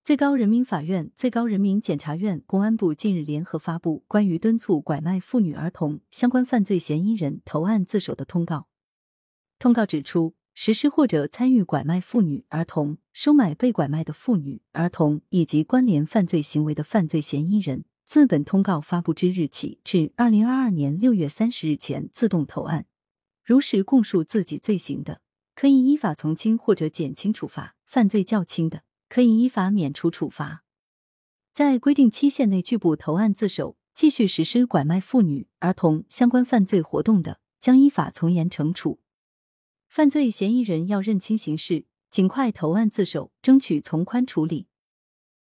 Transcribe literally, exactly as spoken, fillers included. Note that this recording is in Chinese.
最高人民法院、最高人民检察院、公安部近日联合发布关于敦促拐卖妇女儿童相关犯罪嫌疑人投案自首的通告。通告指出，实施或者参与拐卖妇女、儿童、收买被拐卖的妇女、儿童以及关联犯罪行为的犯罪嫌疑人，自本通告发布之日起至二零二二年六月三十日前自动投案。如实供述自己罪行的，可以依法从轻或者减轻处罚；犯罪较轻的，可以依法免除处罚。在规定期限内拒不投案自首，继续实施拐卖妇女、儿童相关犯罪活动的，将依法从严惩处。犯罪嫌疑人要认清形势，尽快投案自首，争取从宽处理。